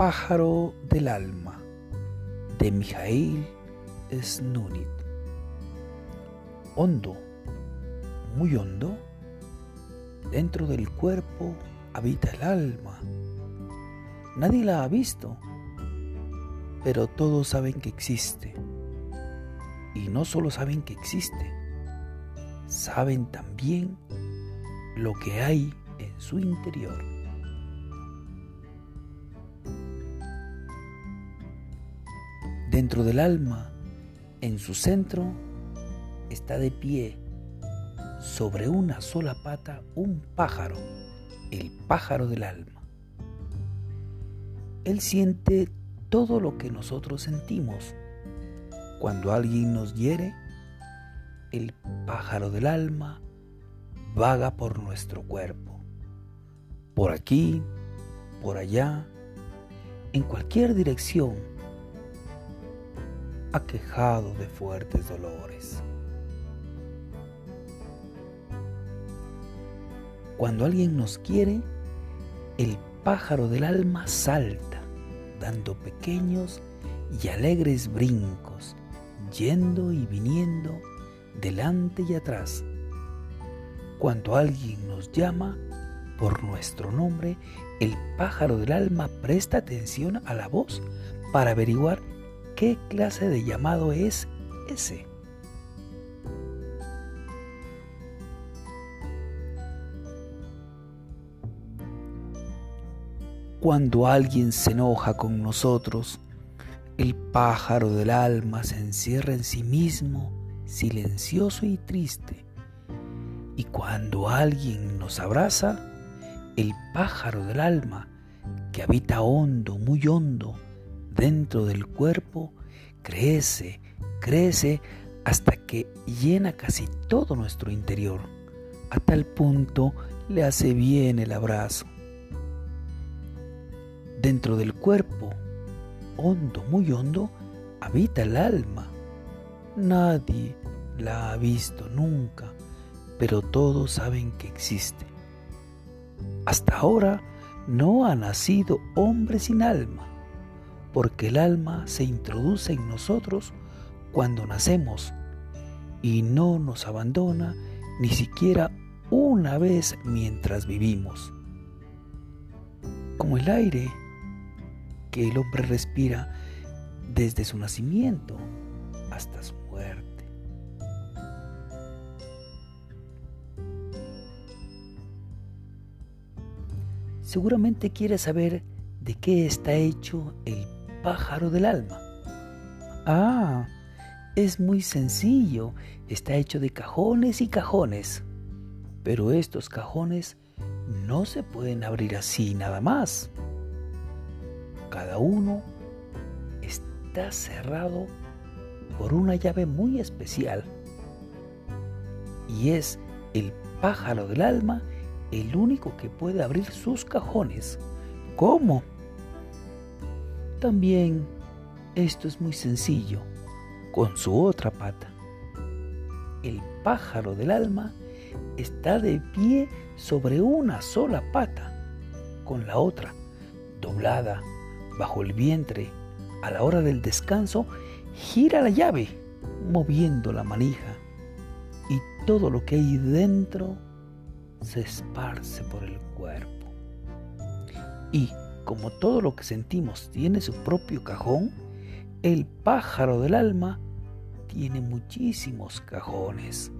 pájaro del alma, de Mijaíl Snunit. Hondo, muy hondo, dentro del cuerpo habita el alma. Nadie la ha visto, pero todos saben que existe. Y no solo saben que existe, saben también lo que hay en su interior. Dentro del alma, en su centro, está de pie, sobre una sola pata, un pájaro, el pájaro del alma. Él siente todo lo que nosotros sentimos. Cuando alguien nos hiere, el pájaro del alma vaga por nuestro cuerpo, por aquí, por allá, en cualquier dirección, aquejado de fuertes dolores. Cuando alguien nos quiere, el pájaro del alma salta, dando pequeños y alegres brincos, yendo y viniendo, delante y atrás. Cuando alguien nos llama por nuestro nombre, el pájaro del alma presta atención a la voz para averiguar qué clase de llamado es ese. Cuando alguien se enoja con nosotros, el pájaro del alma se encierra en sí mismo, silencioso y triste. Y cuando alguien nos abraza, el pájaro del alma, que habita hondo, muy hondo, dentro del cuerpo, crece hasta que llena casi todo nuestro interior. A tal punto le hace bien el abrazo. Dentro del cuerpo, hondo, muy hondo, habita el alma. Nadie la ha visto nunca, pero todos saben que existe. Hasta ahora no ha nacido hombre sin alma, porque el alma se introduce en nosotros cuando nacemos y no nos abandona ni siquiera una vez mientras vivimos. Como el aire que el hombre respira desde su nacimiento hasta su muerte. Seguramente quieres saber de qué está hecho el pájaro del alma. Ah, es muy sencillo. Está hecho de cajones y cajones. Pero estos cajones no se pueden abrir así nada más. Cada uno está cerrado por una llave muy especial. Y es el pájaro del alma el único que puede abrir sus cajones. ¿Cómo? También esto es muy sencillo, con su otra pata. El pájaro del alma está de pie sobre una sola pata, con la otra doblada bajo el vientre. A la hora del descanso, gira la llave, moviendo la manija, y todo lo que hay dentro se esparce por el cuerpo. Y como todo lo que sentimos tiene su propio cajón, el pájaro del alma tiene muchísimos cajones.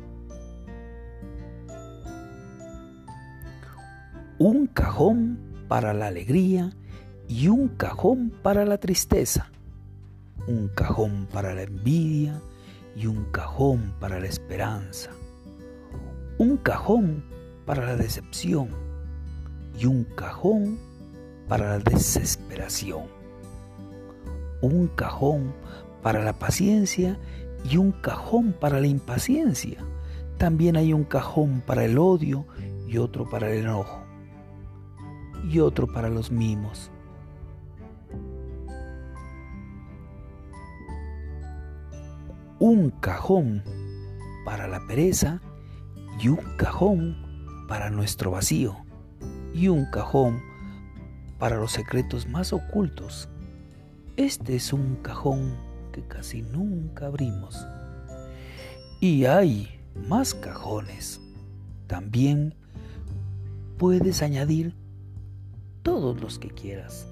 Un cajón para la alegría y un cajón para la tristeza. Un cajón para la envidia y un cajón para la esperanza. Un cajón para la decepción y un cajón para la desesperación. Un cajón para la paciencia y un cajón para la impaciencia. También hay un cajón para el odio y otro para el enojo y otro para los mimos. Un cajón para la pereza y un cajón para nuestro vacío y un cajón para los secretos más ocultos. Este es un cajón que casi nunca abrimos. Y hay más cajones. También puedes añadir todos los que quieras.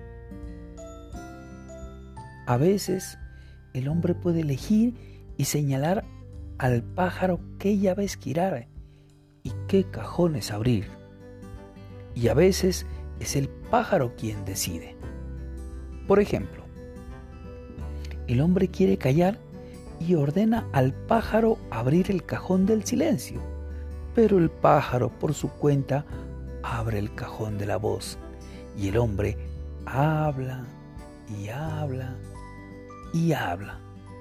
A veces el hombre puede elegir y señalar al pájaro qué llave esquirar y qué cajones abrir. Y a veces es el pájaro quien decide. Por ejemplo, el hombre quiere callar y ordena al pájaro abrir el cajón del silencio, pero el pájaro por su cuenta abre el cajón de la voz y el hombre habla y habla y habla.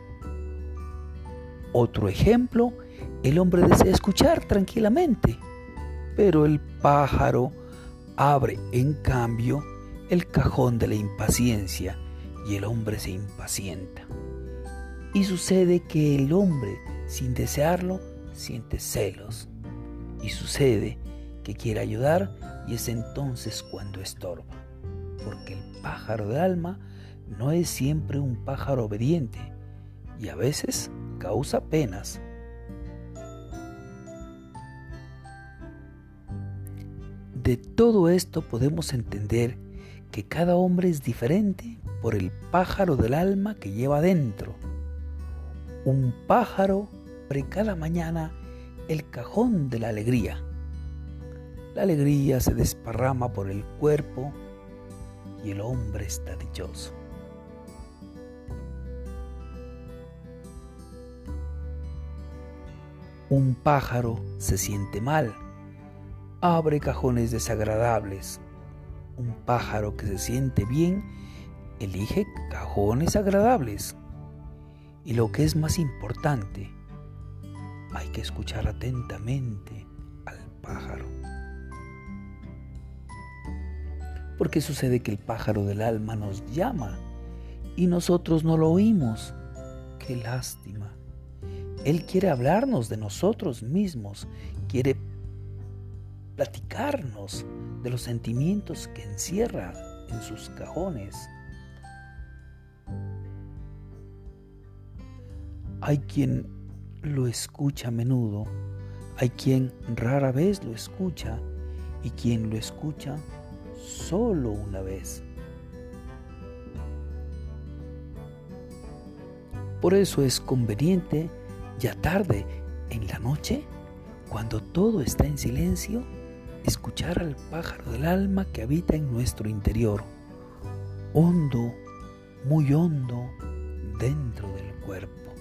Otro ejemplo, el hombre desea escuchar tranquilamente, pero el pájaro abre en cambio el cajón de la impaciencia y el hombre se impacienta. Y sucede que el hombre, sin desearlo, siente celos. Y sucede que quiere ayudar y es entonces cuando estorba. Porque el pájaro del alma no es siempre un pájaro obediente y a veces causa penas. De todo esto podemos entender que cada hombre es diferente por el pájaro del alma que lleva dentro. Un pájaro abre cada mañana el cajón de la alegría. La alegría se desparrama por el cuerpo y el hombre está dichoso. Un pájaro se siente mal, abre cajones desagradables. Un pájaro que se siente bien elige cajones agradables. Y lo que es más importante, hay que escuchar atentamente al pájaro. Porque sucede que el pájaro del alma nos llama y nosotros no lo oímos. ¡Qué lástima! Él quiere hablarnos de nosotros mismos, quiere platicarnos de los sentimientos que encierra en sus cajones. Hay quien lo escucha a menudo, hay quien rara vez lo escucha y quien lo escucha solo una vez. Por eso es conveniente, ya tarde, en la noche, cuando todo está en silencio, escuchar al pájaro del alma que habita en nuestro interior, hondo, muy hondo, dentro del cuerpo.